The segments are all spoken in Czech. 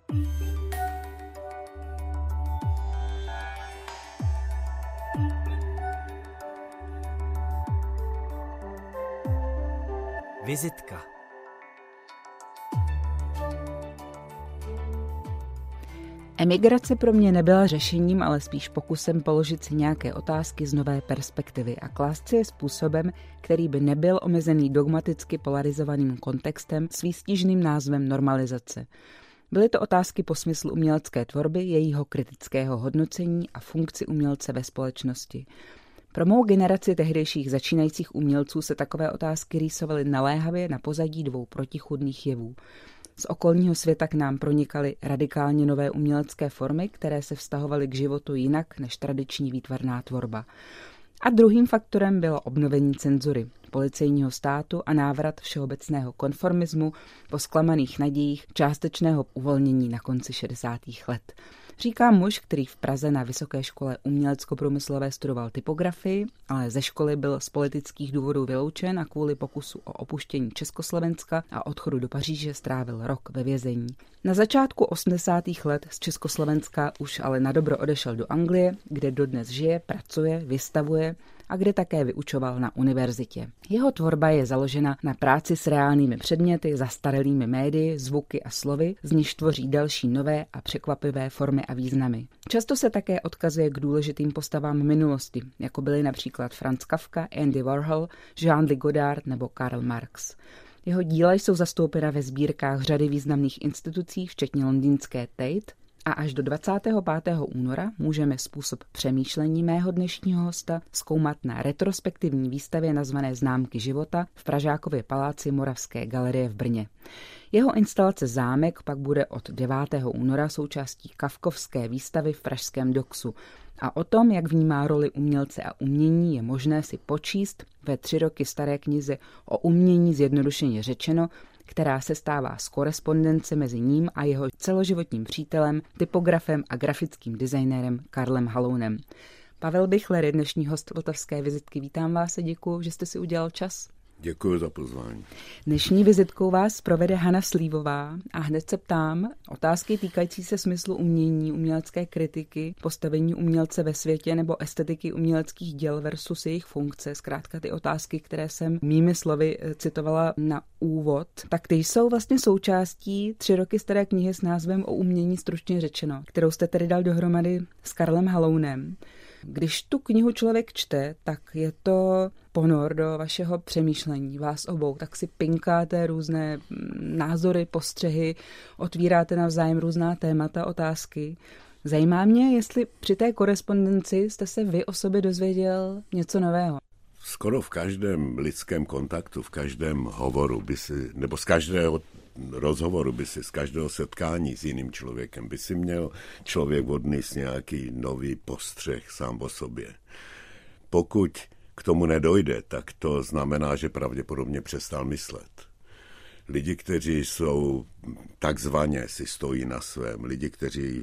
Vizitka. Emigrace pro mě nebyla řešením, ale spíš pokusem položit si nějaké otázky z nové perspektivy a klást si je způsobem, který by nebyl omezený dogmaticky polarizovaným kontextem s výstižným názvem normalizace. Byly to otázky po smyslu umělecké tvorby, jejího kritického hodnocení a funkci umělce ve společnosti. Pro mou generaci tehdejších začínajících umělců se takové otázky rýsovaly naléhavě na pozadí dvou protichůdných jevů. Z okolního světa k nám pronikaly radikálně nové umělecké formy, které se vztahovaly k životu jinak než tradiční výtvarná tvorba. A druhým faktorem bylo obnovení cenzury, policejního státu a návrat všeobecného konformismu po zklamaných nadějích částečného uvolnění na konci 60. let. Říká muž, který v Praze na Vysoké škole umělecko-průmyslové studoval typografii, ale ze školy byl z politických důvodů vyloučen a kvůli pokusu o opuštění Československa a odchodu do Paříže strávil rok ve vězení. Na začátku 80. let z Československa už ale nadobro odešel do Anglie, kde dodnes žije, pracuje, vystavuje a kde také vyučoval na univerzitě. Jeho tvorba je založena na práci s reálnými předměty, zastaralými médii, zvuky a slovy, z nichž tvoří další nové a překvapivé formy a významy. Často se také odkazuje k důležitým postavám minulosti, jako byly například Franz Kafka, Andy Warhol, Jean-Luc Godard nebo Karl Marx. Jeho díla jsou zastoupena ve sbírkách řady významných institucí, včetně londýnské Tate, a až do 25. února můžeme způsob přemýšlení mého dnešního hosta zkoumat na retrospektivní výstavě nazvané Známky života v Pražákově paláci Moravské galerie v Brně. Jeho instalace Zámek pak bude od 9. února součástí kafkovské výstavy v pražském Doxu. A o tom, jak vnímá roli umělce a umění, je možné si počíst ve 3 roky staré knize o umění zjednodušeně řečeno, která se stává z korespondence mezi ním a jeho celoživotním přítelem, typografem a grafickým designérem Karlem Halounem. Pavel Bichler je dnešní host Vltavské vizitky. Vítám vás a děkuji, že jste si udělal čas. Děkuji za pozvání. Dnešní vizitkou vás provede Hana Slívová a hned se ptám, otázky týkající se smyslu umění, umělecké kritiky, postavení umělce ve světě nebo estetiky uměleckých děl versus jejich funkce, zkrátka ty otázky, které jsem mými slovy citovala na úvod, tak ty jsou vlastně součástí 3 roky staré knihy s názvem O umění stručně řečeno, kterou jste tedy dal dohromady s Karlem Halounem. Když tu knihu člověk čte, tak je to ponor do vašeho přemýšlení, vás obou, tak si pinkáte různé názory, postřehy, otvíráte navzájem různá témata, otázky. Zajímá mě, jestli při té korespondenci jste se vy o sobě dozvěděl něco nového. Skoro v každém lidském kontaktu, v každém hovoru nebo z každého rozhovoru z každého setkání s jiným člověkem by si měl člověk odnést nějaký nový postřeh sám o sobě. Pokud k tomu nedojde, tak to znamená, že pravděpodobně přestal myslet. Lidi, kteří jsou takzvaně si stojí na svém, lidi, kteří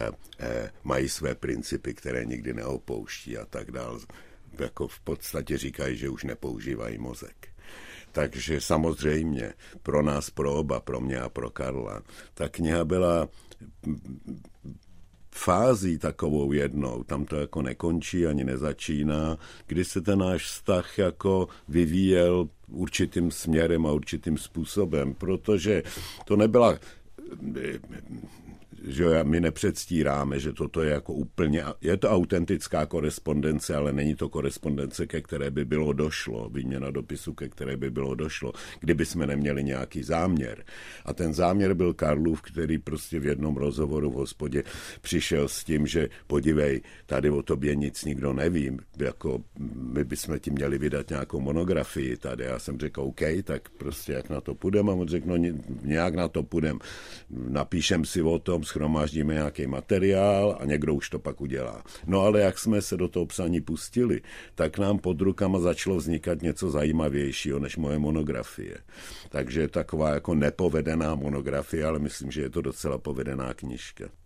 mají své principy, které nikdy neopouští a tak dále, jako v podstatě říkají, že už nepoužívají mozek. Takže samozřejmě pro nás, pro oba, pro mě a pro Karla, ta kniha byla fází takovou jednou, tam to jako nekončí ani nezačíná, kdy se ten náš vztah jako vyvíjel určitým směrem a určitým způsobem, protože to nebyla, že my nepředstíráme, že toto je jako úplně, je to autentická korespondence, ale není to korespondence, ke které by bylo došlo, výměna dopisu, ke které by bylo došlo, kdyby jsme neměli nějaký záměr. A ten záměr byl Karlův, který prostě v jednom rozhovoru v hospodě přišel s tím, že podívej, tady o tobě nic nikdo neví, jako my bychom ti měli vydat nějakou monografii tady. Já jsem řekl, OK, tak prostě jak na to půjdeme, a on řekl, no nějak na to půjdeme, napíšem si o tom, shromáždíme nějaký materiál a někdo už to pak udělá. No ale jak jsme se do toho psaní pustili, tak nám pod rukama začalo vznikat něco zajímavějšího než moje monografie. Takže taková jako nepovedená monografie, ale myslím, že je to docela povedená knížka.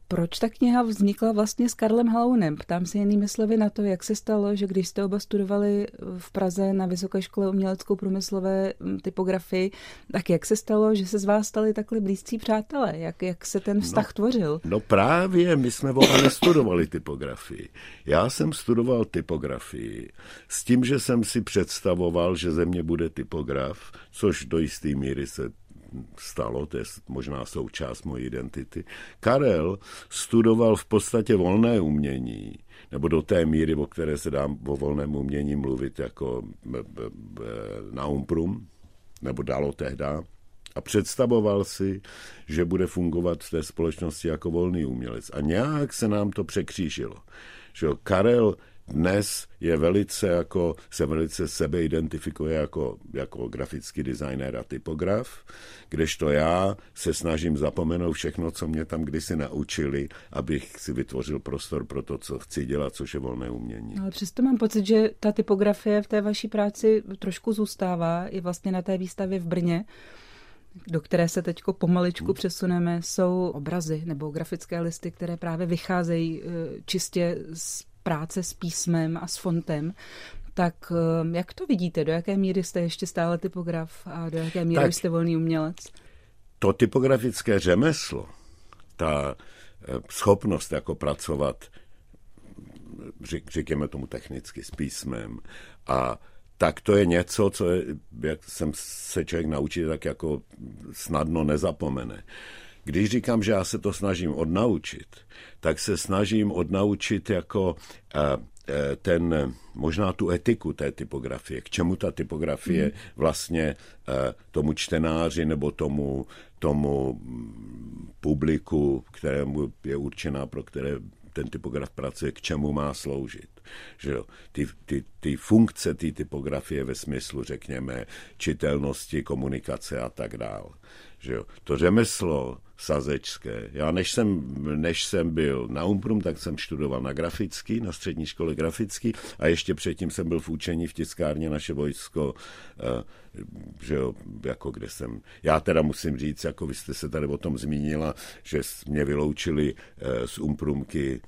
Proč ta kniha vznikla vlastně s Karlem Halounem? Ptám se jinými slovy na to, jak se stalo, že když jste oba studovali v Praze na Vysoké škole uměleckou průmyslové typografii, tak jak se stalo, že se z vás stali takhle blízcí přátelé? Jak se ten vztah tvořil? No právě, my jsme oba nestudovali typografii. Já jsem studoval typografii s tím, že jsem si představoval, že ze mě bude typograf, což do jisté míry se stalo, to je možná součást mojí identity. Karel studoval v podstatě volné umění, nebo do té míry, o které se dá o volném umění mluvit jako na Umprum, nebo dalo tehda, a představoval si, že bude fungovat v té společnosti jako volný umělec. A nějak se nám to překřížilo. Že Karel dnes je se velice sebeidentifikuje jako grafický designér a typograf, kdežto já se snažím zapomenout všechno, co mě tam kdysi naučili, abych si vytvořil prostor pro to, co chci dělat, což je volné umění. Ale přesto mám pocit, že ta typografie v té vaší práci trošku zůstává i vlastně na té výstavě v Brně, do které se teď pomaličku přesuneme, jsou obrazy nebo grafické listy, které právě vycházejí čistě z práce s písmem a s fontem. Tak jak to vidíte? Do jaké míry jste ještě stále typograf a do jaké míry jste volný umělec? To typografické řemeslo, ta schopnost jako pracovat, říkáme tomu technicky, s písmem, a tak to je něco, co je, jak jsem se člověk naučit, tak jako snadno nezapomene. Když říkám, že já se to snažím odnaučit, tak se snažím odnaučit jako možná tu etiku té typografie. K čemu ta typografie vlastně tomu čtenáři nebo tomu publiku, kterému je určená, pro které ten typograf pracuje, k čemu má sloužit. Že jo? Ty funkce té typografie ve smyslu, řekněme, čitelnosti, komunikace a tak dál. Že jo? To řemeslo sazečské. Já než jsem byl na Umprum, tak jsem študoval na střední škole grafický a ještě předtím jsem byl v učení v tiskárně Naše vojsko, že jo, jako kde jsem. Já teda musím říct, jako vy jste se tady o tom zmínila, že mě vyloučili z Umprumky.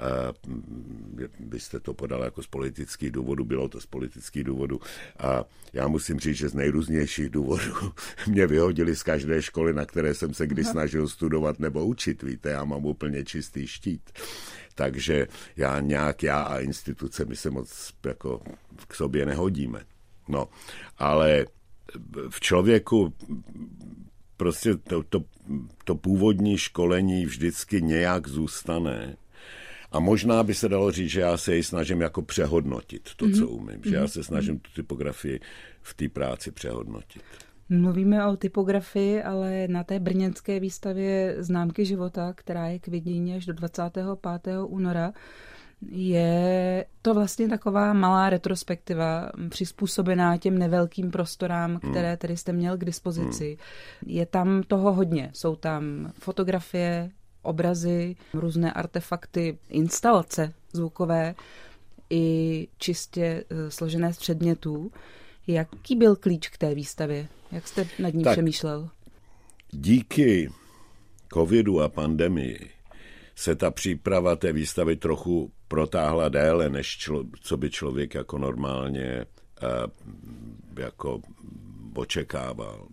Vy jste to podala jako z politických důvodů, bylo to z politických důvodů a já musím říct, že z nejrůznějších důvodů mě vyhodili z každé školy, na které jsem se kdy snažil studovat nebo učit, víte, já mám úplně čistý štít. Takže já a instituce, my se moc jako k sobě nehodíme. No, ale v člověku prostě to původní školení vždycky nějak zůstane. A možná by se dalo říct, že já se ji snažím jako přehodnotit to, co umím. Že já se snažím tu typografii v té práci přehodnotit. Mluvíme o typografii, ale na té brněnské výstavě Známky života, která je k vidění až do 25. února, je to vlastně taková malá retrospektiva, přizpůsobená těm nevelkým prostorám, které tedy jste měl k dispozici. Je tam toho hodně. Jsou tam fotografie, obrazy, různé artefakty, instalace zvukové i čistě složené z předmětů. Jaký byl klíč k té výstavě? Jak jste nad ní přemýšlel? Díky covidu a pandemii se ta příprava té výstavy trochu protáhla déle, než co by člověk jako normálně jako očekával.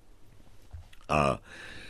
A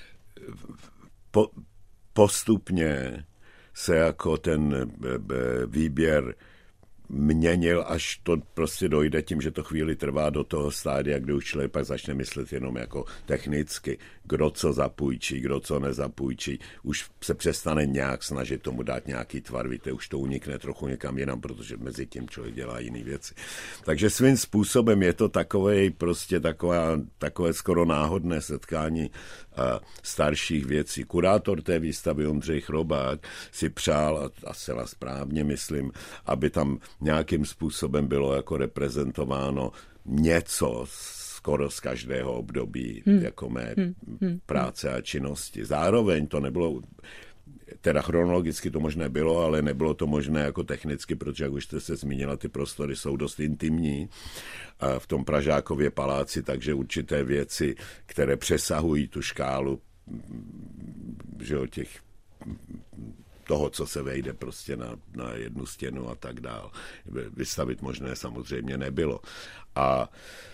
postupně se jako ten výběr měnil, až to prostě dojde tím, že to chvíli trvá do toho stádia, kdy už člověk pak začne myslet jenom jako technicky, kdo co zapůjčí, kdo co nezapůjčí. Už se přestane nějak snažit tomu dát nějaký tvar, víte, už to unikne trochu někam jinam, protože mezi tím člověk dělá jiné věci. Takže svým způsobem je to takové skoro náhodné setkání starších věcí. Kurátor té výstavy Ondřej Chrobák si přál, a zcela správně myslím, aby tam nějakým způsobem bylo jako reprezentováno něco skoro z každého období jako mé práce a činnosti. Zároveň to nebylo, teda chronologicky to možné bylo, ale nebylo to možné jako technicky, protože, jak už jste se zmínila, ty prostory jsou dost intimní v tom Pražákově paláci, takže určité věci, které přesahují tu škálu, že o těch toho, co se vejde prostě na jednu stěnu a tak dál. Vystavit možné samozřejmě nebylo. A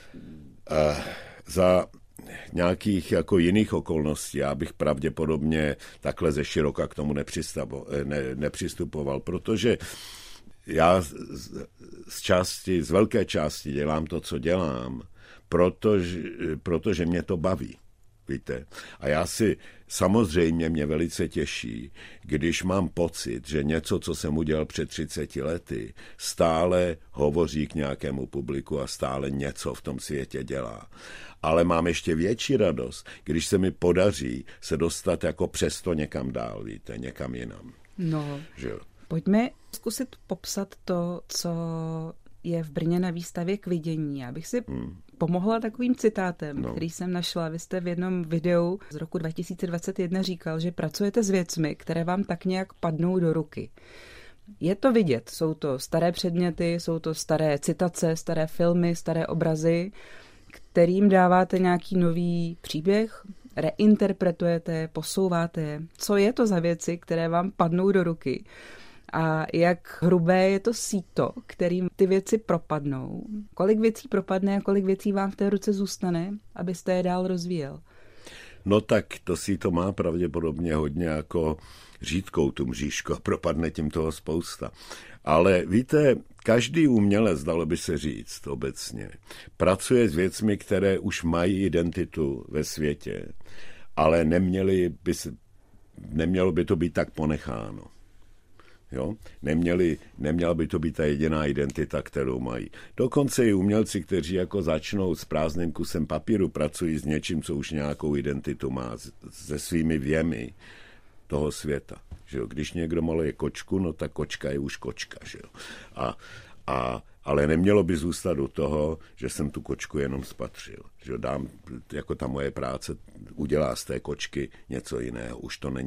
za nějakých jako jiných okolností já bych pravděpodobně takhle ze široka k tomu nepřistupoval, protože já z velké části dělám to, co dělám, protože mě to baví. Víte? A já si samozřejmě mě velice těší, když mám pocit, že něco, co jsem udělal před 30 lety, stále hovoří k nějakému publiku a stále něco v tom světě dělá. Ale mám ještě větší radost, když se mi podaří se dostat jako přesto někam dál, víte, někam jinam. No, že jo? Pojďme zkusit popsat to, co je v Brně na výstavě k vidění. Já bych si pomohla takovým citátem, který jsem našla. Vy jste v jednom videu z roku 2021 říkal, že pracujete s věcmi, které vám tak nějak padnou do ruky. Je to vidět, jsou to staré předměty, jsou to staré citace, staré filmy, staré obrazy, kterým dáváte nějaký nový příběh, reinterpretujete, posouváte je. Co je to za věci, které vám padnou do ruky? A jak hrubé je to síto, kterým ty věci propadnou? Kolik věcí propadne a kolik věcí vám v té ruce zůstane, abyste je dál rozvíjel? No tak to síto má pravděpodobně hodně jako řídkou tu mřížku a propadne tím toho spousta. Ale víte, každý umělec, dalo by se říct obecně, pracuje s věcmi, které už mají identitu ve světě, ale nemělo by to být tak ponecháno. Jo? Neměla by to být ta jediná identita, kterou mají. Dokonce i umělci, kteří jako začnou s prázdným kusem papíru, pracují s něčím, co už nějakou identitu má, se svými věmi toho světa. Že jo? Když někdo maluje kočku, no tak kočka je už kočka. Že jo? Ale nemělo by zůstat u toho, že jsem tu kočku jenom spatřil. Že jo? Jako ta moje práce udělá z té kočky něco jiného.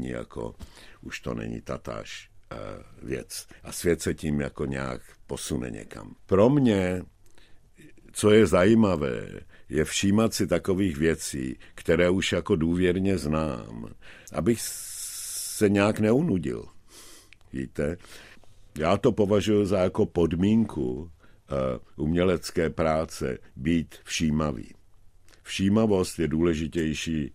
Už to není tatáž věc. A svět se tím jako nějak posune někam. Pro mě, co je zajímavé, je všímat si takových věcí, které už jako důvěrně znám, abych se nějak neunudil. Víte? Já to považuji za jako podmínku umělecké práce být všímavý. Všímavost je důležitější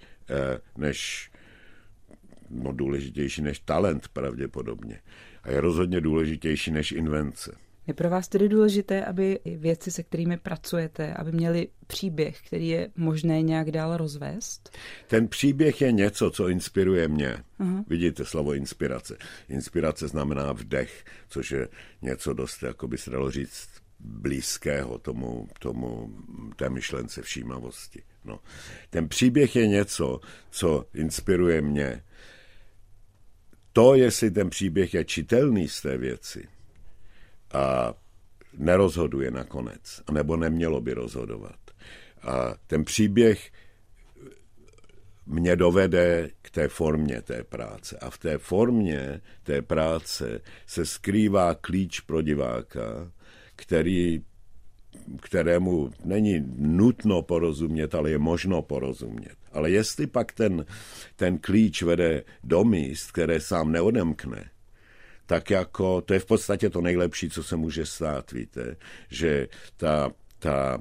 než talent pravděpodobně. A je rozhodně důležitější než invence. Je pro vás tedy důležité, aby věci, se kterými pracujete, aby měly příběh, který je možné nějak dál rozvést? Ten příběh je něco, co inspiruje mě. Vidíte slovo inspirace. Inspirace znamená vdech, což je něco dost, jako by se dalo říct, blízkého té myšlence všímavosti. No. Ten příběh je něco, co inspiruje mě. To, jestli ten příběh je čitelný z té věci a nerozhoduje nakonec, anebo nemělo by rozhodovat. A ten příběh mě dovede k té formě té práce. A v té formě té práce se skrývá klíč pro diváka, kterému není nutno porozumět, ale je možno porozumět. Ale jestli pak ten klíč vede do míst, které sám neodemkne, tak jako to je v podstatě to nejlepší, co se může stát, víte, že ta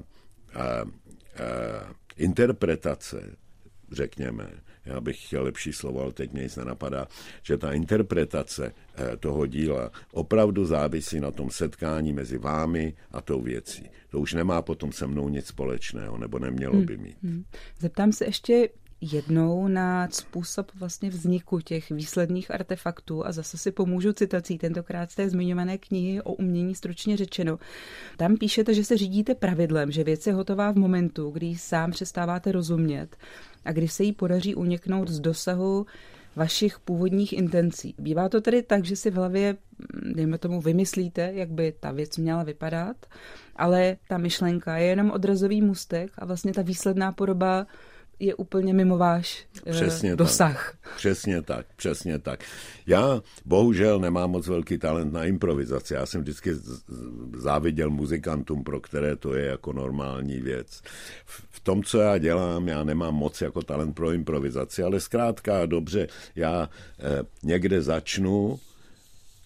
interpretace, řekněme, já bych chtěl lepší slovo, ale teď mě nic nenapadá, že ta interpretace toho díla opravdu závisí na tom setkání mezi vámi a tou věcí. To už nemá potom se mnou nic společného, nebo nemělo by mít. Zeptám se ještě jednou na způsob vlastně vzniku těch výsledných artefaktů a zase si pomůžu citací, tentokrát z té zmiňované knihy O umění stručně řečeno. Tam píšete, že se řídíte pravidlem, že věc je hotová v momentu, kdy ji sám přestáváte rozumět a kdy se jí podaří uniknout z dosahu vašich původních intencí. Bývá to tedy tak, že si v hlavě, dejme tomu, vymyslíte, jak by ta věc měla vypadat, ale ta myšlenka je jenom odrazový můstek a vlastně ta výsledná podoba je úplně mimo váš dosah. Tak. Přesně tak. Já bohužel nemám moc velký talent na improvizaci. Já jsem vždycky záviděl muzikantům, pro které to je jako normální věc. V tom, co já dělám, já nemám moc jako talent pro improvizaci, ale zkrátka dobře, já někde začnu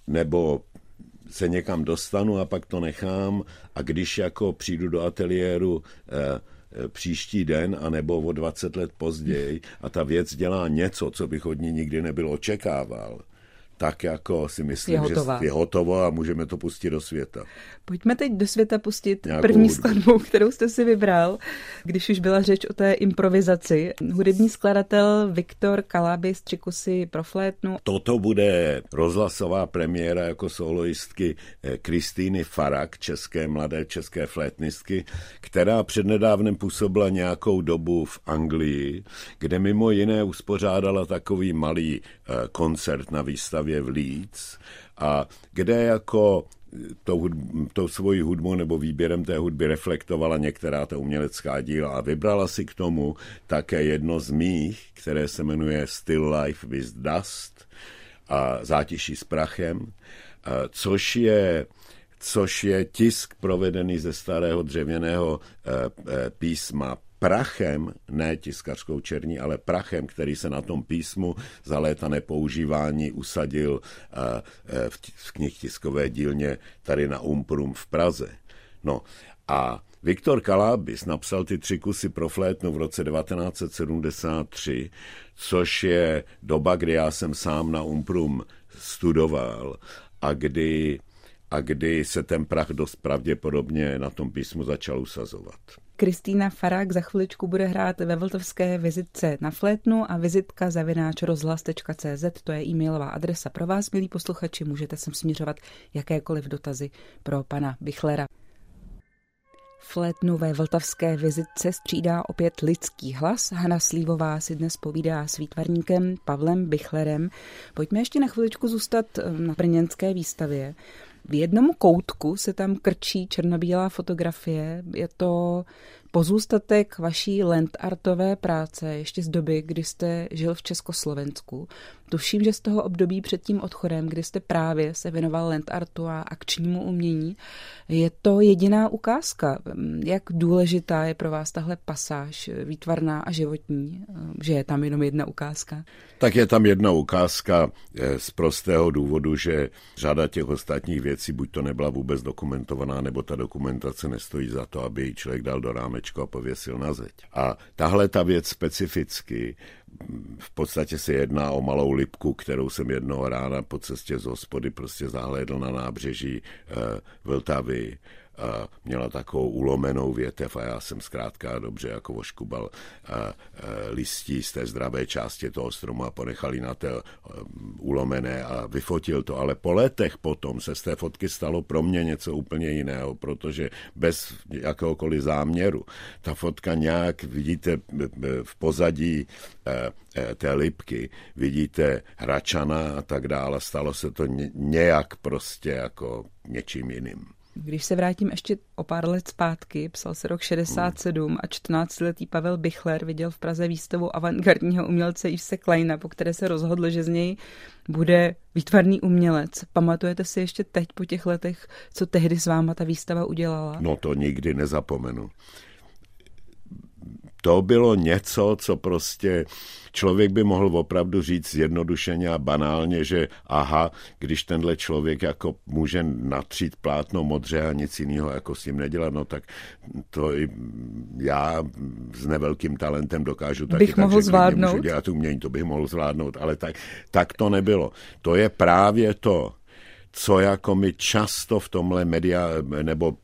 nebo se někam dostanu a pak to nechám a když jako přijdu do ateliéru příští den anebo o 20 let později a ta věc dělá něco, co bych od ní nikdy nebyl očekával, tak jako si myslím, že je hotovo a můžeme to pustit do světa. Pojďme teď do světa pustit nějakou první skladbu, kterou jste si vybral, když už byla řeč o té improvizaci. Hudební skladatel Viktor Kalabis, 3 kusy pro flétnu. Toto bude rozhlasová premiéra jako soloistky Kristýny Farag, mladé české flétnistky, která přednedávnem působila nějakou dobu v Anglii, kde mimo jiné uspořádala takový malý koncert na výstavě v Leeds a kde jako tou svojí hudbou nebo výběrem té hudby reflektovala některá ta umělecká díla a vybrala si k tomu také jedno z mých, které se jmenuje Still Life with Dust a Zátiší s prachem, což je tisk provedený ze starého dřevěného písma prachem, ne tiskařskou černí, ale prachem, který se na tom písmu za léta nepoužívání usadil v knihtiskové dílně tady na Umprum v Praze. No a Viktor Kalabis napsal ty 3 kusy pro flétnu v roce 1973, což je doba, kdy já jsem sám na Umprum studoval a kdy se ten prach dost pravděpodobně na tom písmu začal usazovat. Kristýna Farag za chviličku bude hrát ve vltavské vizitce na flétnu a vizitka@rozhlas.cz, to je e-mailová adresa pro vás, milí posluchači, můžete sem směřovat jakékoliv dotazy pro pana Bichlera. Flétnu ve vltavské vizitce střídá opět lidský hlas. Hana Slívová si dnes povídá s výtvarníkem Pavlem Bichlerem. Pojďme ještě na chviličku zůstat na brněnské výstavě. V jednom koutku se tam krčí černobílá fotografie. Je to pozůstatek vaší landartové práce ještě z doby, kdy jste žil v Československu. Tuším, že z toho období před tím odchodem, kdy jste právě se věnoval landartu a akčnímu umění, je to jediná ukázka. Jak důležitá je pro vás tahle pasáž výtvarná a životní, že je tam jenom jedna ukázka? Tak je tam jedna ukázka z prostého důvodu, že řada těch ostatních věcí buď to nebyla vůbec dokumentovaná, nebo ta dokumentace nestojí za to, aby ji člověk dal do rámečku a pověsil na zeď. A tahle ta věc specificky, v podstatě se jedná o malou lipku, kterou jsem jednoho rána po cestě z hospody prostě zahlédl na nábřeží Vltavy. Měla takovou ulomenou větev a já jsem zkrátka dobře jako oškubal listí z té zdravé části toho stromu a ponechal ji na té ulomené a vyfotil to. Ale po letech potom se z té fotky stalo pro mě něco úplně jiného, protože bez jakéhokoliv záměru ta fotka nějak, vidíte v pozadí té lipky, vidíte Hračana a tak dále, stalo se to nějak prostě jako něčím jiným. Když se vrátím ještě o pár let zpátky, psal se rok 67 a 14letý Pavel Bichler viděl v Praze výstavu avantgardního umělce Yvese Kleina, po které se rozhodl, že z něj bude výtvarný umělec. Pamatujete si ještě teď po těch letech, co tehdy s váma ta výstava udělala? No to nikdy nezapomenu. To bylo něco, co prostě člověk by mohl opravdu říct zjednodušeně a banálně, že aha, když tenhle člověk jako může natřít plátno modře a nic jiného jako s tím nedělat, no tak to i já s nevelkým talentem dokážu taky tak, že můžu dělat umění, to bych mohl zvládnout, ale tak to nebylo. To je právě to, co jako my často v tomhle nebo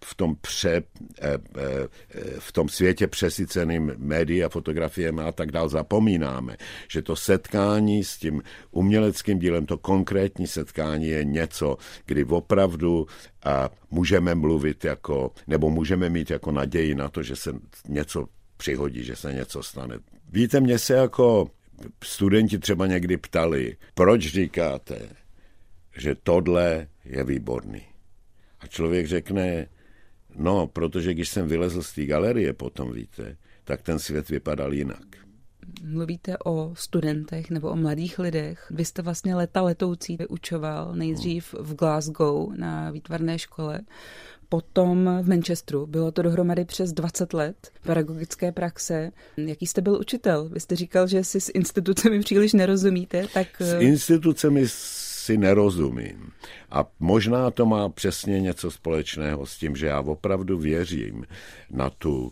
v tom světě přesyceným médií a fotografiemi a tak dál zapomínáme, že to setkání s tím uměleckým dílem, to konkrétní setkání je něco, kdy opravdu můžeme mluvit nebo můžeme mít jako naději na to, že se něco přihodí, že se něco stane. Víte, mě se jako studenti třeba někdy ptali, proč říkáte, že tohle je výborný. A člověk řekne, no, protože když jsem vylezl z té galerie potom, víte, tak ten svět vypadal jinak. Mluvíte o studentech nebo o mladých lidech. Vy jste vlastně leta letoucí vyučoval nejdřív v Glasgow na výtvarné škole, potom v Manchesteru. Bylo to dohromady přes 20 let pedagogické praxe. Jaký jste byl učitel? Vy jste říkal, že si s institucemi příliš nerozumíte, tak... S institucemi si nerozumím. A možná to má přesně něco společného s tím, že já opravdu věřím na tu...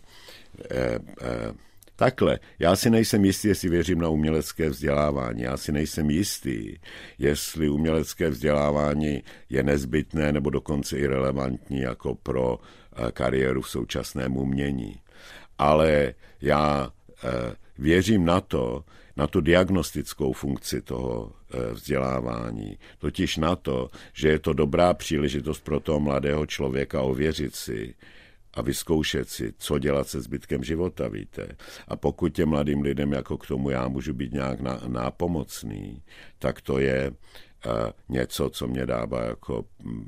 Takhle, já si nejsem jistý, jestli věřím na umělecké vzdělávání. Já si nejsem jistý, jestli umělecké vzdělávání je nezbytné nebo dokonce i relevantní jako pro kariéru v současném umění. Ale já věřím na tu diagnostickou funkci toho vzdělávání. Totiž na to, že je to dobrá příležitost pro toho mladého člověka ověřit si a vyzkoušet si, co dělat se zbytkem života, víte. A pokud těm mladým lidem jako k tomu já můžu být nějak nápomocný, tak to je něco, co mě dává jako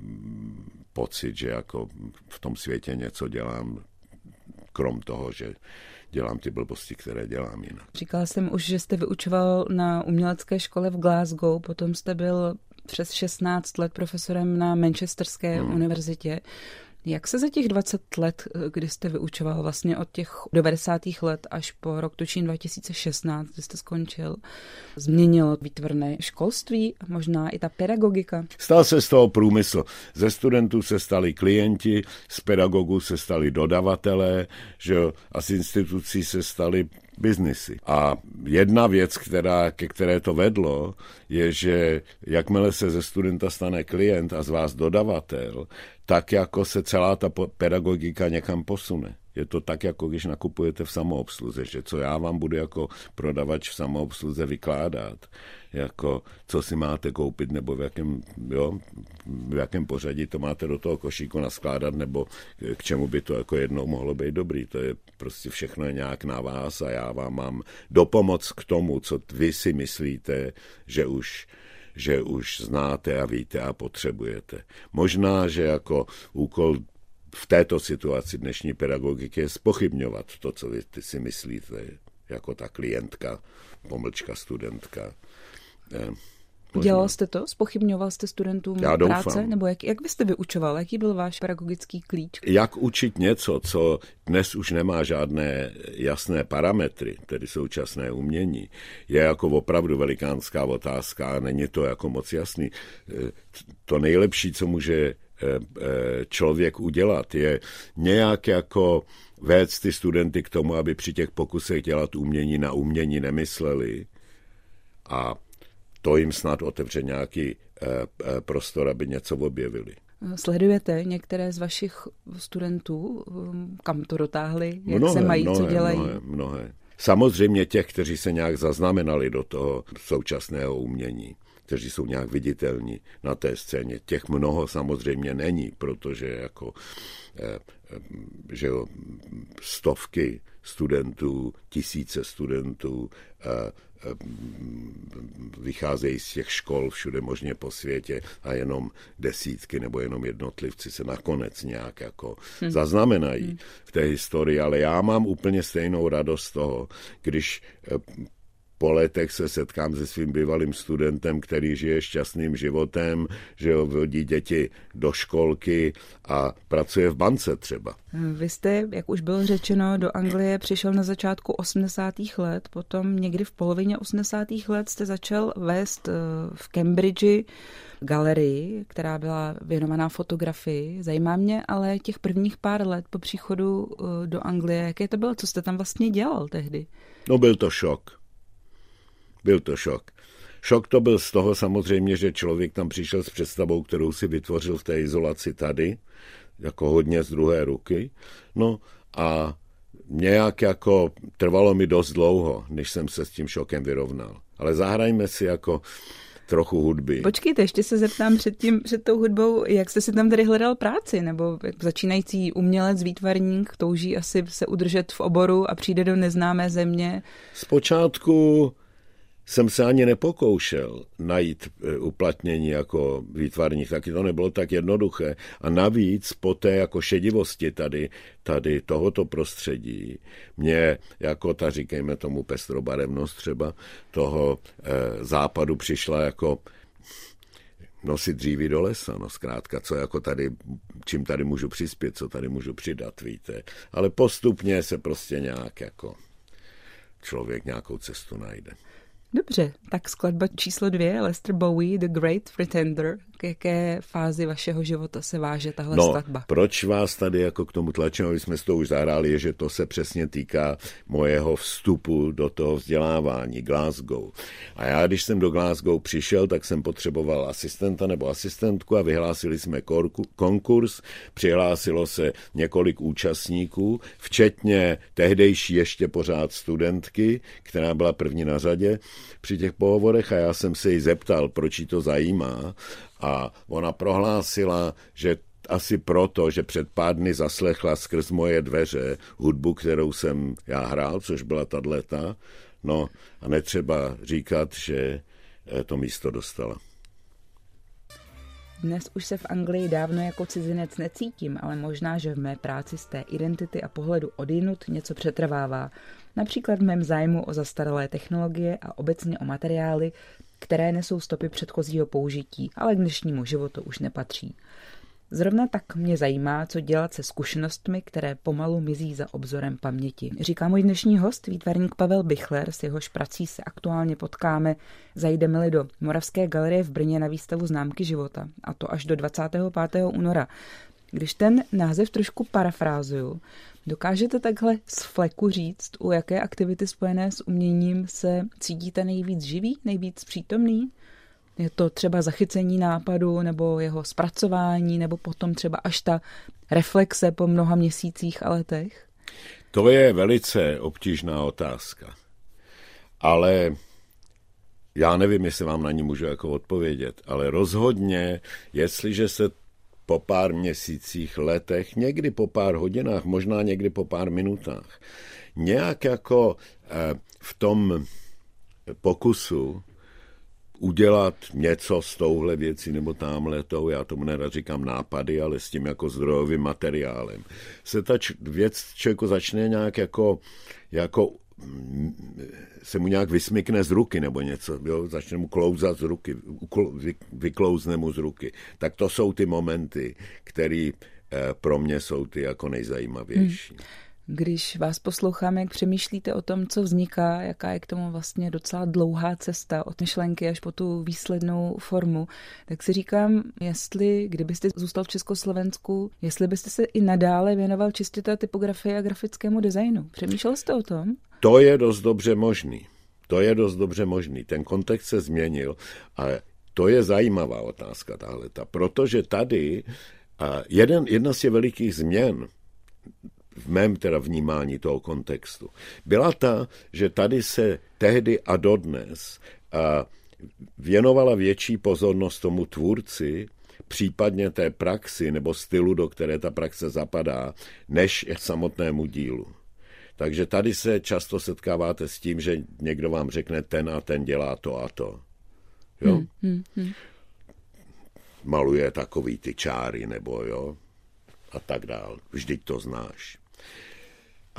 pocit, že jako v tom světě něco dělám, krom toho, že dělám ty blbosti, které dělám jinak. Říkala jsem už, že jste vyučoval na umělecké škole v Glasgow, potom jste byl přes 16 let profesorem na Manchesterské univerzitě. Jak se za těch 20 let, kdy jste vyučoval vlastně od těch 90. let až po rok tučím 2016, kdy jste skončil, změnilo výtvarné školství a možná i ta pedagogika? Stal se z toho průmysl. Ze studentů se stali klienti, z pedagogů se stali dodavatelé, že a z institucí se stali biznisy. A jedna věc, ke které to vedlo, je, že jakmile se ze studenta stane klient a z vás dodavatel, tak jako se celá ta pedagogika někam posune. Je to tak, jako když nakupujete v samoobsluze, že co já vám budu jako prodavač v samoobsluze vykládat, jako co si máte koupit, nebo v jakém pořadí to máte do toho košíku naskládat, nebo k čemu by to jako jednou mohlo být dobrý. To je prostě všechno nějak na vás a já vám mám dopomoc k tomu, co vy si myslíte, že už znáte a víte a potřebujete. Možná, že jako úkol v této situaci dnešní pedagogiky je zpochybňovat to, co vy si myslíte, jako ta klientka, / studentka. Dělal jste to? Zpochybňoval jste studentům práce? Nebo jak vy jste vyučoval? Jaký byl váš pedagogický klíč? Jak učit něco, co dnes už nemá žádné jasné parametry, tedy současné umění, je jako opravdu velikánská otázka a není to jako moc jasný. To nejlepší, co může člověk udělat, je nějak jako vést ty studenty k tomu, aby při těch pokusech dělat umění na umění nemysleli a to jim snad otevře nějaký prostor, aby něco objevili. Sledujete některé z vašich studentů, kam to dotáhli, jak se mají, co dělají? Mnohé. Samozřejmě těch, kteří se nějak zaznamenali do toho současného umění, kteří jsou nějak viditelní na té scéně. Těch mnoho samozřejmě není, protože jako že stovky studentů, tisíce studentů vycházejí z těch škol všude možně po světě a jenom desítky nebo jenom jednotlivci se nakonec nějak jako zaznamenají v té historii, ale já mám úplně stejnou radost z toho, když po letech se setkám se svým bývalým studentem, který žije šťastným životem, že vodí děti do školky a pracuje v bance třeba. Vy jste, jak už bylo řečeno, do Anglie přišel na začátku 80. let, potom někdy v polovině 80. let jste začal vést v Cambridge galerii, která byla věnovaná fotografii. Zajímá mě ale těch prvních pár let po příchodu do Anglie, jaké to bylo, co jste tam vlastně dělal tehdy? No byl to šok. Byl to šok. Šok to byl z toho samozřejmě, že člověk tam přišel s představou, kterou si vytvořil v té izolaci tady, jako hodně z druhé ruky. No a nějak jako trvalo mi dost dlouho, než jsem se s tím šokem vyrovnal. Ale zahrajme si jako trochu hudby. Počkejte, ještě se zeptám před tou hudbou, jak jste si tam tady hledal práci, nebo začínající umělec, výtvarník, touží asi se udržet v oboru a přijde do neznámé země? Zpočátku jsem se ani nepokoušel najít uplatnění jako výtvarník, taky to nebylo tak jednoduché. A navíc po té jako šedivosti tady tohoto prostředí mě jako ta, říkejme tomu, pestrobarevnost třeba toho západu přišla jako nosit dříví do lesa, no zkrátka, co jako tady, čím tady můžu přispět, co tady můžu přidat, víte. Ale postupně se prostě nějak jako člověk nějakou cestu najde. Dobře, tak skladba číslo 2, Lester Bowie, The Great Pretender. K jaké fázi vašeho života se váže tahle skladba? Proč vás tady jako k tomu tlačím, aby jsme s tou už zahráli, je, že to se přesně týká mojeho vstupu do toho vzdělávání, Glasgow. A já, když jsem do Glasgow přišel, tak jsem potřeboval asistenta nebo asistentku a vyhlásili jsme konkurs, přihlásilo se několik účastníků, včetně tehdejší ještě pořád studentky, která byla první na řadě při těch pohovorech a já jsem se jí zeptal, proč jí to zajímá a ona prohlásila, že asi proto, že před pár dny zaslechla skrz moje dveře hudbu, kterou jsem já hrál, což byla tato. No a netřeba říkat, že to místo dostala. Dnes už se v Anglii dávno jako cizinec necítím, ale možná, že v mé práci z té identity a pohledu odjinud něco přetrvává. Například v mém zájmu o zastaralé technologie a obecně o materiály, které nesou stopy předchozího použití, ale k dnešnímu životu už nepatří. Zrovna tak mě zajímá, co dělat se zkušenostmi, které pomalu mizí za obzorem paměti. Říká můj dnešní host, výtvarník Pavel Bichler, s jehož prací se aktuálně potkáme, zajdeme-li do Moravské galerie v Brně na výstavu Známky života, a to až do 25. února. Když ten název trošku parafrázuju, dokážete takhle z fleku říct, u jaké aktivity spojené s uměním se cítíte nejvíc živý, nejvíc přítomný? Je to třeba zachycení nápadu nebo jeho zpracování, nebo potom třeba až ta reflexe po mnoha měsících a letech? To je velice obtížná otázka. Ale já nevím, jestli vám na ní můžu jako odpovědět, ale rozhodně, jestliže se po pár měsících, letech, někdy po pár hodinách, možná někdy po pár minutách, nějak jako v tom pokusu udělat něco s touhle věcí nebo támhletou, já tomu nerad říkám nápady, ale s tím jako zdrojovým materiálem, se ta věc člověku začne nějak jako se mu nějak vysmykne z ruky nebo něco, jo? Začne mu klouzat z ruky, vyklouzne mu z ruky. Tak to jsou ty momenty, které pro mě jsou ty jako nejzajímavější. Když vás poslouchám, jak přemýšlíte o tom, co vzniká, jaká je k tomu vlastně docela dlouhá cesta od myšlenky až po tu výslednou formu, tak si říkám, jestli, kdybyste zůstal v Československu, jestli byste se i nadále věnoval čistě té typografii a grafickému designu. Přemýšlel jste o tom? To je dost dobře možný. Ten kontext se změnil a to je zajímavá otázka tahleta, protože tady jedna z těch velikých změn v mém teda vnímání toho kontextu byla ta, že tady se tehdy a dodnes věnovala větší pozornost tomu tvůrci, případně té praxi nebo stylu, do které ta praxe zapadá, než samotnému dílu. Takže tady se často setkáváte s tím, že někdo vám řekne, ten a ten dělá to a to. Jo? Maluje takový ty čáry, nebo jo, a tak dál. Vždyť to znáš. A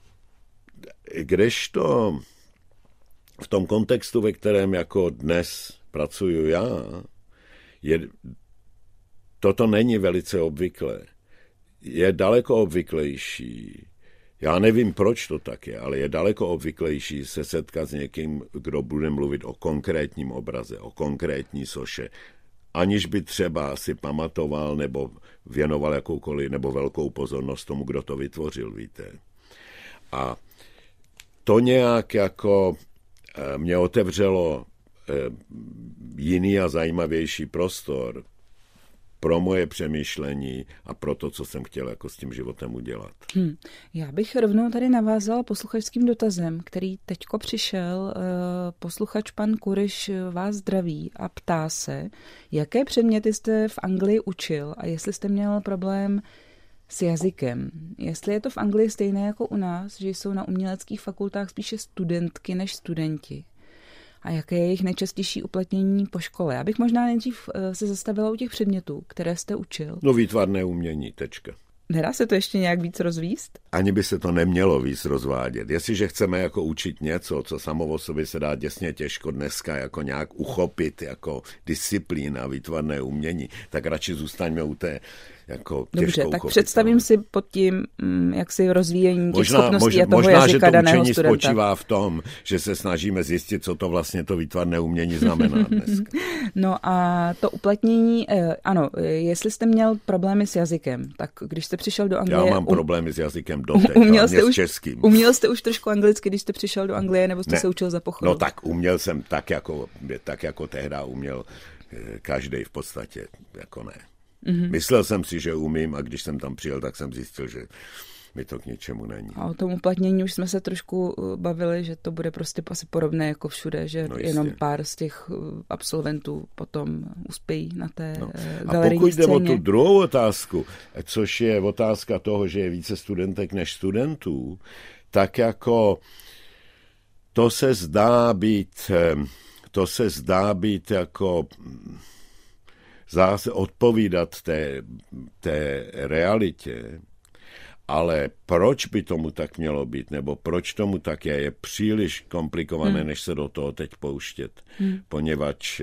kdežto v tom kontextu, ve kterém jako dnes pracuju já, toto není velice obvyklé. Je daleko obvyklejší, já nevím, proč to tak je, ale je daleko obvyklejší se setkat s někým, kdo bude mluvit o konkrétním obraze, o konkrétní soše, aniž by třeba si pamatoval nebo věnoval jakoukoliv nebo velkou pozornost tomu, kdo to vytvořil, víte. A to nějak jako mě otevřelo jiný a zajímavější prostor pro moje přemýšlení a pro to, co jsem chtěl jako s tím životem udělat. Já bych rovnou tady navázala posluchačským dotazem, který teďko přišel. Posluchač pan Kuriš vás zdraví a ptá se, jaké předměty jste v Anglii učil a jestli jste měl problém s jazykem. Jestli je to v Anglii stejné jako u nás, že jsou na uměleckých fakultách spíše studentky než studenti. A jaké je jejich nejčastější uplatnění po škole? Já bych možná nejdřív se zastavila u těch předmětů, které jste učil. No výtvarné umění, tečka. Nedá se to ještě nějak víc rozvíst? Ani by se to nemělo víc rozvádět. Jestliže chceme jako učit něco, co samo o sobě se dá děsně těžko dneska jako nějak uchopit jako disciplína výtvarné umění, tak radši zůstaňme u té jako Dobře, tak představím si pod tím, jak si rozvíjení těch schopností a toho možná, jazyka daného studenta. Možná, že to učení spočívá v tom, že se snažíme zjistit, co to vlastně to výtvarné umění znamená dneska. No a to uplatnění, ano, jestli jste měl problémy s jazykem, tak když jste přišel do Anglie... Já mám problémy s jazykem doteď, hlavně s českým. Uměl jste už trošku anglicky, když jste přišel do Anglie, nebo jste se učil za pochodu? No tak uměl jsem tak jako tehda uměl každej v podstatě, jako ne. Mm-hmm. Myslel jsem si, že umím a když jsem tam přijel, tak jsem zjistil, že mi to k ničemu není. A o tom uplatnění už jsme se trošku bavili, že to bude prostě asi podobné jako všude, že jenom pár z těch absolventů potom uspějí na té galerijní scéně. A pokud jde o tu druhou otázku, což je otázka toho, že je více studentek než studentů, tak jako to se zdá být jako zase odpovídat té realitě, ale proč by tomu tak mělo být, nebo proč tomu tak je příliš komplikované, než se do toho teď pouštět, poněvadž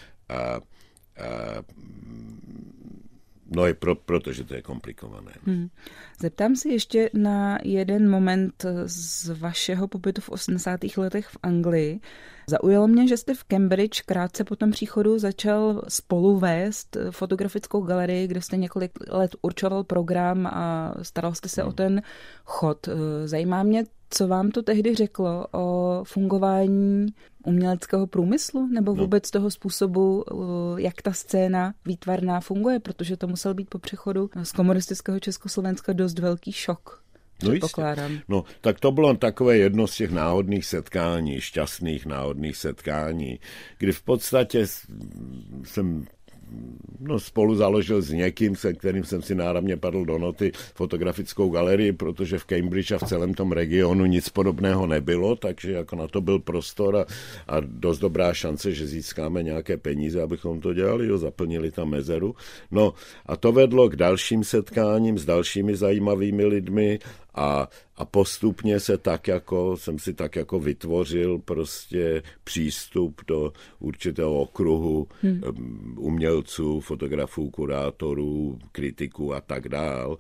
no je protože to je komplikované. Zeptám se ještě na jeden moment z vašeho pobytu v 80. letech v Anglii. Zaujalo mě, že jste v Cambridge krátce po tom příchodu začal spoluvést fotografickou galerii, kde jste několik let určoval program a staral jste se o ten chod. Zajímá mě, co vám to tehdy řeklo o fungování uměleckého průmyslu nebo vůbec toho způsobu, jak ta scéna výtvarná funguje, protože to musel být po přechodu z komunistického Československa dost velký šok. No, tak to bylo takové jedno z těch náhodných setkání, šťastných náhodných setkání, kdy v podstatě jsem spolu založil s někým, se kterým jsem si náramně padl do noty fotografickou galerii, protože v Cambridge a v celém tom regionu nic podobného nebylo, takže jako na to byl prostor a dost dobrá šance, že získáme nějaké peníze, abychom to dělali, zaplnili tam mezeru. No a to vedlo k dalším setkáním s dalšími zajímavými lidmi a postupně jsem si tak jako vytvořil prostě přístup do určitého okruhu umělců, fotografů, kurátorů, kritiků a tak dál,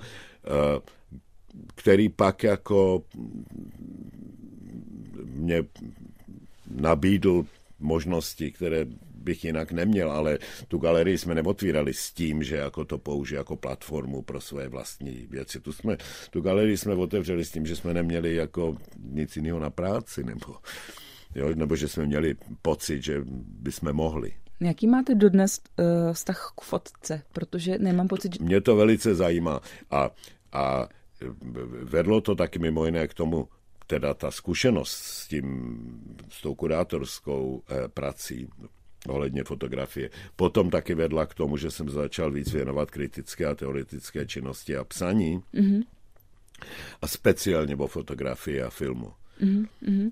který pak jako mě nabídl možnosti, které bych jinak neměl, ale tu galerii jsme neotvírali s tím, že jako to použije jako platformu pro své vlastní věci. Tu galerii jsme otevřeli s tím, že jsme neměli jako nic jiného na práci, nebo že jsme měli pocit, že bychom mohli. Jaký máte dodnes vztah k fotce? Protože nemám pocit, že... Mě to velice zajímá a vedlo to taky mimo jiné k tomu, teda ta zkušenost s tou kurátorskou prací ohledně fotografie. Potom taky vedla k tomu, že jsem začal víc věnovat kritické a teoretické činnosti a psaní. Mm-hmm. A speciálně o fotografii a filmu. Mm-hmm.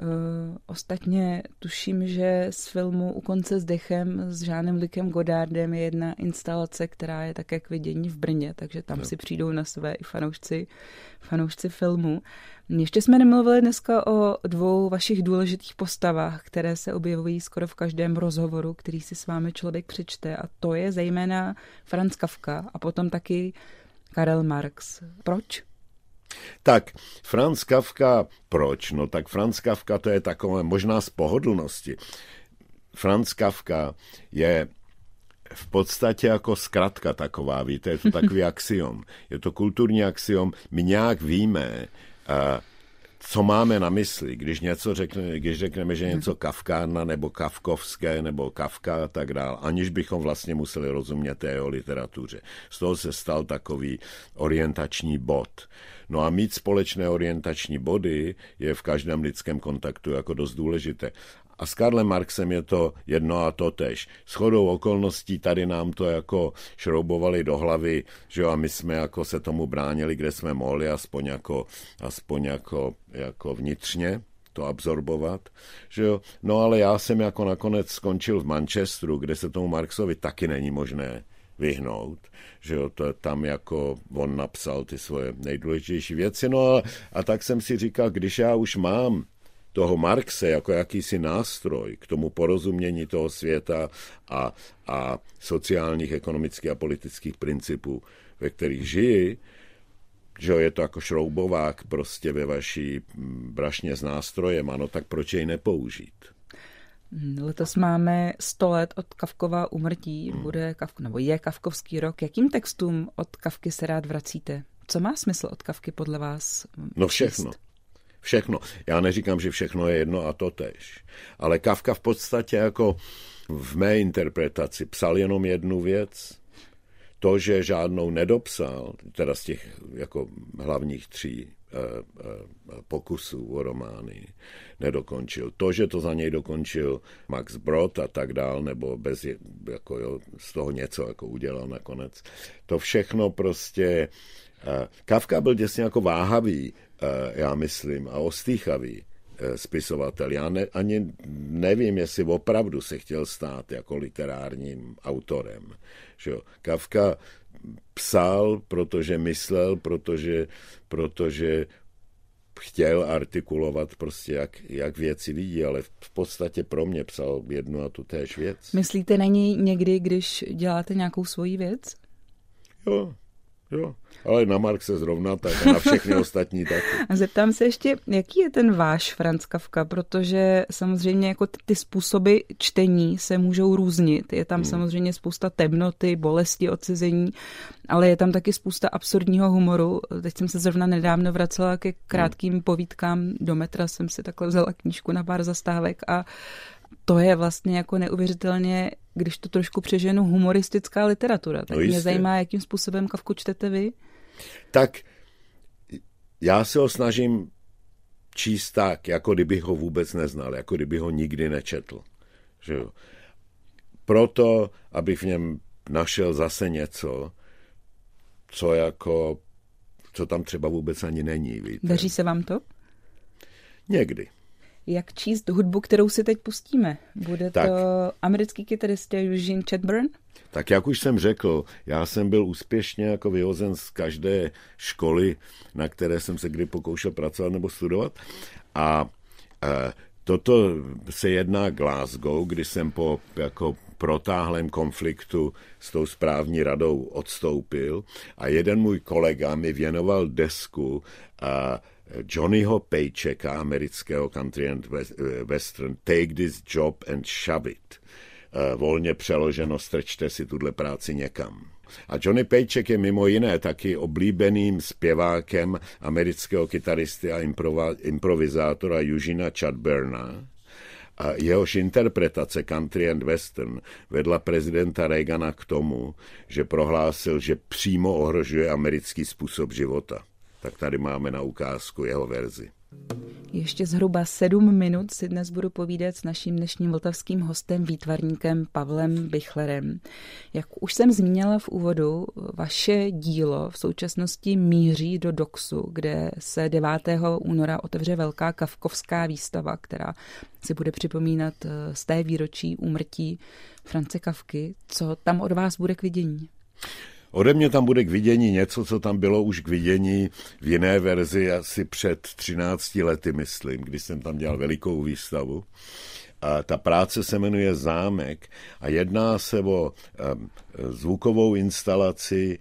Ostatně tuším, že z filmu U konce s dechem s Jeanem-Lucem Godardem je jedna instalace, která je také k vidění v Brně, takže tam si přijdou na své i fanoušci filmu. Ještě jsme nemluvili dneska o dvou vašich důležitých postavách, které se objevují skoro v každém rozhovoru, který si s vámi člověk přečte, a to je zejména Franz Kafka a potom taky Karel Marx. Proč? Tak, Franz Kafka, proč? No tak Franz Kafka to je takové možná z pohodlnosti. Franz Kafka je v podstatě jako zkratka taková, víte, je to takový axiom. Je to kulturní axiom, my nějak víme, co máme na mysli, když řekneme, že něco Kafkána nebo kafkovské nebo Kafka a tak dál, aniž bychom vlastně museli rozumět té jeho literatuře. Z toho se stal takový orientační bod. No a mít společné orientační body je v každém lidském kontaktu jako dost důležité. A s Karlem Marxem je to jedno a totéž. Shodou okolností tady nám to jako šroubovali do hlavy, že jo, a my jsme jako se tomu bránili, kde jsme mohli, aspoň jako vnitřně to absorbovat, že jo. No ale já jsem jako nakonec skončil v Manchesteru, kde se tomu Marxovi taky není možné vyhnout, že jo, to tam jako on napsal ty svoje nejdůležitější věci, no a tak jsem si říkal, když já už mám toho Marxe jako jakýsi nástroj k tomu porozumění toho světa a sociálních, ekonomických a politických principů ve kterých žiji, že je to jako šroubovák prostě ve vaší brašně s nástrojem, ano, tak proč jej nepoužít? Letos máme 100 let od Kafkova úmrtí, je Kafkovský rok. Jakým textům od Kafky se rád vracíte? Co má smysl od Kafky podle vás? No všechno. Všechno. Já neříkám, že všechno je jedno a totéž. Ale Kafka v podstatě jako v mé interpretaci psal jenom jednu věc. To, že žádnou nedopsal, teda z těch jako hlavních 3 pokusů o romány nedokončil. To, že to za něj dokončil Max Brod a tak dál, nebo z toho něco jako udělal nakonec. To všechno prostě... Kafka byl děsně jako váhavý, já myslím, a ostýchavý spisovatel. Já ani nevím, jestli opravdu se chtěl stát jako literárním autorem. Že jo? Kafka psal, protože myslel, protože chtěl artikulovat prostě, jak věci vidí, ale v podstatě pro mě psal jednu a tu též věc. Myslíte na něj někdy, když děláte nějakou svoji věc? Jo, ale na Marxe zrovna tak a na všechny ostatní taky. A zeptám se ještě, jaký je ten váš Franz Kafka, protože samozřejmě jako ty způsoby čtení se můžou různit. Je tam samozřejmě spousta temnoty, bolesti, odcizení, ale je tam taky spousta absurdního humoru. Teď jsem se zrovna nedávno vracela ke krátkým povídkám. Do metra jsem si takhle vzala knížku na pár zastávek a to je vlastně jako neuvěřitelně, když to trošku přeženu, humoristická literatura. Tak mě zajímá, jakým způsobem Kafku čtete vy? Tak já se ho snažím číst tak, jako kdybych ho vůbec neznal, jako kdybych ho nikdy nečetl. Že jo? Proto, abych v něm našel zase něco, co tam třeba vůbec ani není. Víte? Daří se vám to? Někdy. Jak číst hudbu, kterou si teď pustíme? Bude to americký kytarista Eugene Chadbourne? Tak jak už jsem řekl, já jsem byl úspěšně jako vyhozen z každé školy, na které jsem se kdy pokoušel pracovat nebo studovat. A toto se jedná Glasgow, kdy jsem po jako protáhlém konfliktu s tou správní radou odstoupil a jeden můj kolega mi věnoval desku Johnnyho Paychecka, amerického country and western, Take this job and shove it. Volně přeloženo, strčte si tuhle práci někam. A Johnny Paycheck je mimo jiné taky oblíbeným zpěvákem amerického kytaristy a improvizátora Eugena Chadbourna. A jehož interpretace country and western vedla prezidenta Reagana k tomu, že prohlásil, že přímo ohrožuje americký způsob života. Tak tady máme na ukázku jeho verzi. Ještě zhruba 7 minut si dnes budu povídat s naším dnešním vltavským hostem, výtvarníkem Pavlem Bichlerem. Jak už jsem zmínila v úvodu, vaše dílo v současnosti míří do Doxu, kde se 9. února otevře velká kafkovská výstava, která si bude připomínat z té výročí úmrtí Franze Kafky. Co tam od vás bude k vidění? Ode mě tam bude k vidění něco, co tam bylo už k vidění v jiné verzi asi před 13 lety, myslím, když jsem tam dělal velikou výstavu. A ta práce se jmenuje Zámek a jedná se o zvukovou instalaci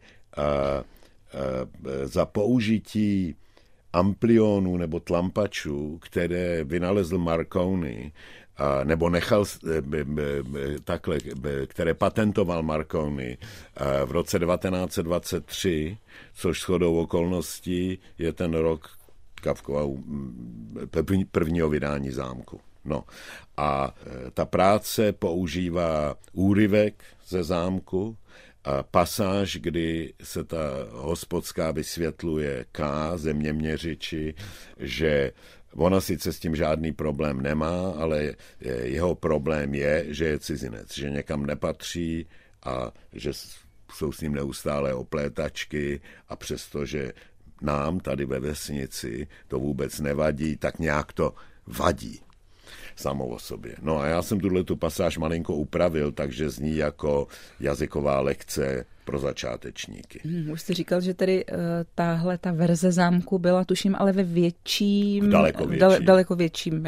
za použití amplionů nebo tlampačů, které vynalezl Marconi, nebo nechal takhle, které patentoval Marconi v roce 1923, což shodou okolností je ten rok Kafkova prvního vydání Zámku. No. A ta práce používá úryvek ze Zámku, pasáž, kdy se ta hospodská vysvětluje K, zeměměřiči, že ona sice s tím žádný problém nemá, ale jeho problém je, že je cizinec, že někam nepatří a že jsou s ním neustále oplétačky a přestože nám tady ve vesnici to vůbec nevadí, tak nějak to vadí samo o sobě. No a já jsem tu pasáž malinko upravil, takže zní jako jazyková lekce pro začátečníky. Už jste říkal, že tady ta verze Zámku byla, tuším, ale ve větším, daleko větším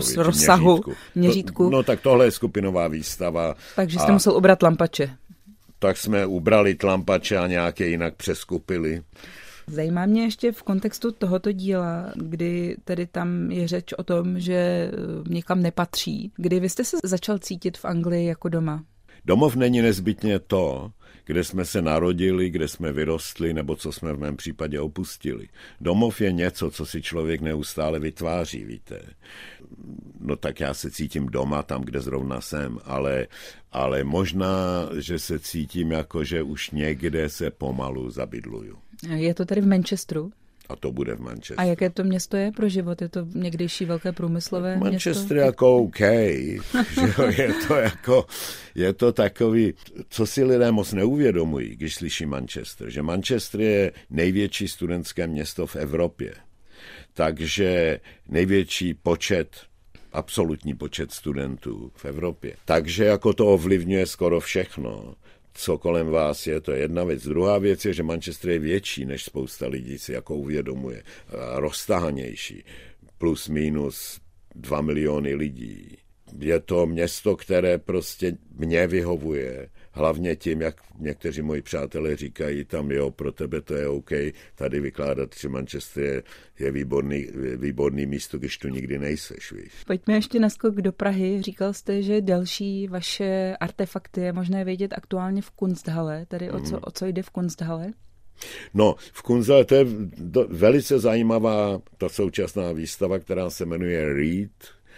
rozsahu, měřítku. No tak tohle je skupinová výstava. Takže jste musel obrat lampače. tak jsme ubrali tlampače a nějaké jinak přeskupili. Zajímá mě ještě v kontextu tohoto díla, kdy tedy tam je řeč o tom, že někam nepatří. Kdy vy jste se začal cítit v Anglii jako doma? Domov není nezbytně to, kde jsme se narodili, kde jsme vyrostli, nebo co jsme v mém případě opustili. Domov je něco, co si člověk neustále vytváří, víte. No tak já se cítím doma, tam, kde zrovna jsem, ale možná, že se cítím jako, že už někde se pomalu zabydluju. Je to tady v Manchesteru? A to bude v Manchesteru. A jaké to město je pro život? Je to někdejší velké průmyslové město? Manchester jako OK, že je to takový, co si lidé moc neuvědomují, když slyší Manchester, že Manchester je největší studentské město v Evropě. Takže největší počet, absolutní počet studentů v Evropě. Takže jako to ovlivňuje skoro všechno, co kolem vás je, to je jedna věc. Druhá věc je, že Manchester je větší, než spousta lidí si jako uvědomuje. Roztahanější. Plus minus 2 miliony lidí. Je to město, které prostě mě vyhovuje. Hlavně tím, jak někteří moji přátelé říkají, tam jo, pro tebe to je OK, tady vykládat, že Manchester je výborný místo, když tu nikdy nejseš, víš. Pojďme ještě na skok do Prahy. Říkal jste, že další vaše artefakty je možné vidět aktuálně v Kunsthalle, tedy o co jde v Kunsthalle? No, v Kunsthalle to je velice zajímavá ta současná výstava, která se jmenuje Reed.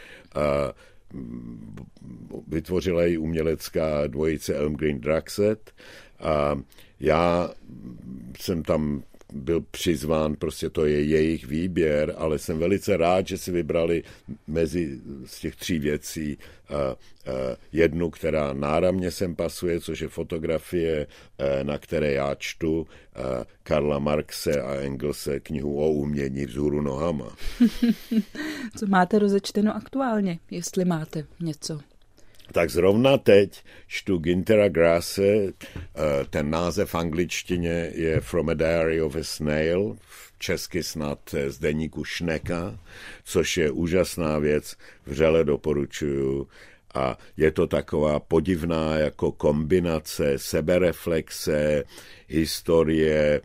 Vytvořila ji umělecká dvojice Elmgreen Draxet a já jsem tam byl přizván, prostě to je jejich výběr, ale jsem velice rád, že si vybrali z těch 3 věcí jednu, která náramně sem pasuje, což je fotografie, na které já čtu Karla Marxe a Engelse knihu o umění vzhůru nohama. Co máte rozečteno aktuálně, jestli máte něco? Tak zrovna teď čtu Günthera Grasse, ten název v angličtině je From a Diary of a Snail, česky snad z deníku Šneka, což je úžasná věc, vřele doporučuju. A je to taková podivná jako kombinace sebereflexe, historie,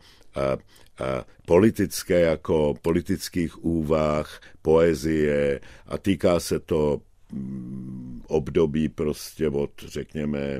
politické jako politických úvah, poezie a týká se to období prostě od, řekněme,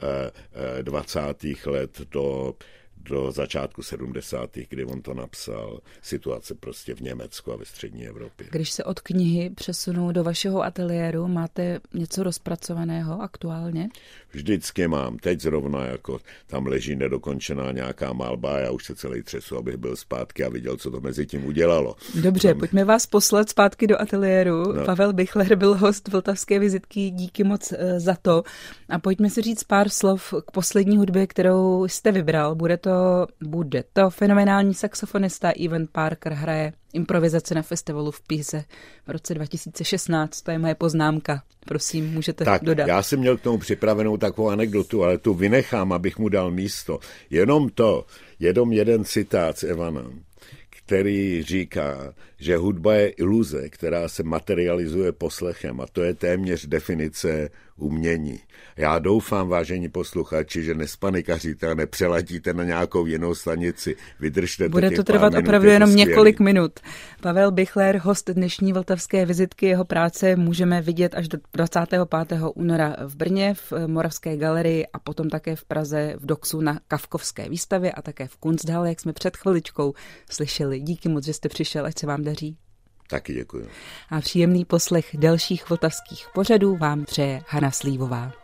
20. let do začátku 70. kdy on to napsal, situace prostě v Německu a ve střední Evropě. Když se od knihy přesunu do vašeho ateliéru, máte něco rozpracovaného aktuálně? Vždycky mám. Teď zrovna jako tam leží nedokončená nějaká malba a já už se celý třesu, abych byl zpátky a viděl, co to mezi tím udělalo. Dobře, pojďme vás poslat zpátky do ateliéru. No. Pavel Bichler byl host Vltavské vizitky, díky moc za to. A pojďme si říct pár slov k poslední hudbě, kterou jste vybral. Bude to fenomenální saxofonista Evan Parker, hraje improvizace na festivalu v Pise v roce 2016. To je moje poznámka. Prosím, můžete dodat. Já jsem měl k tomu připravenou takovou anekdotu, ale tu vynechám, abych mu dal místo. Jenom jeden citát z Evana, který říká, že hudba je iluze, která se materializuje poslechem a to je téměř definice umění. Já doufám, vážení posluchači, že nespanikaříte a nepřeladíte na nějakou jinou stanici. Vydržte to. Bude to trvat opravdu jenom několik minut. Pavel Bichler, host dnešní Vltavské vizitky, jeho práce můžeme vidět až do 25. února v Brně v Moravské galerii a potom také v Praze v Doxu na Kafkovské výstavě a také v Kunsthalle, jak jsme před chviličkou slyšeli. Díky moc, že jste přišel, ať se vám daří. Taky děkuji. A příjemný poslech dalších vltavských pořadů vám přeje Hana Slívová.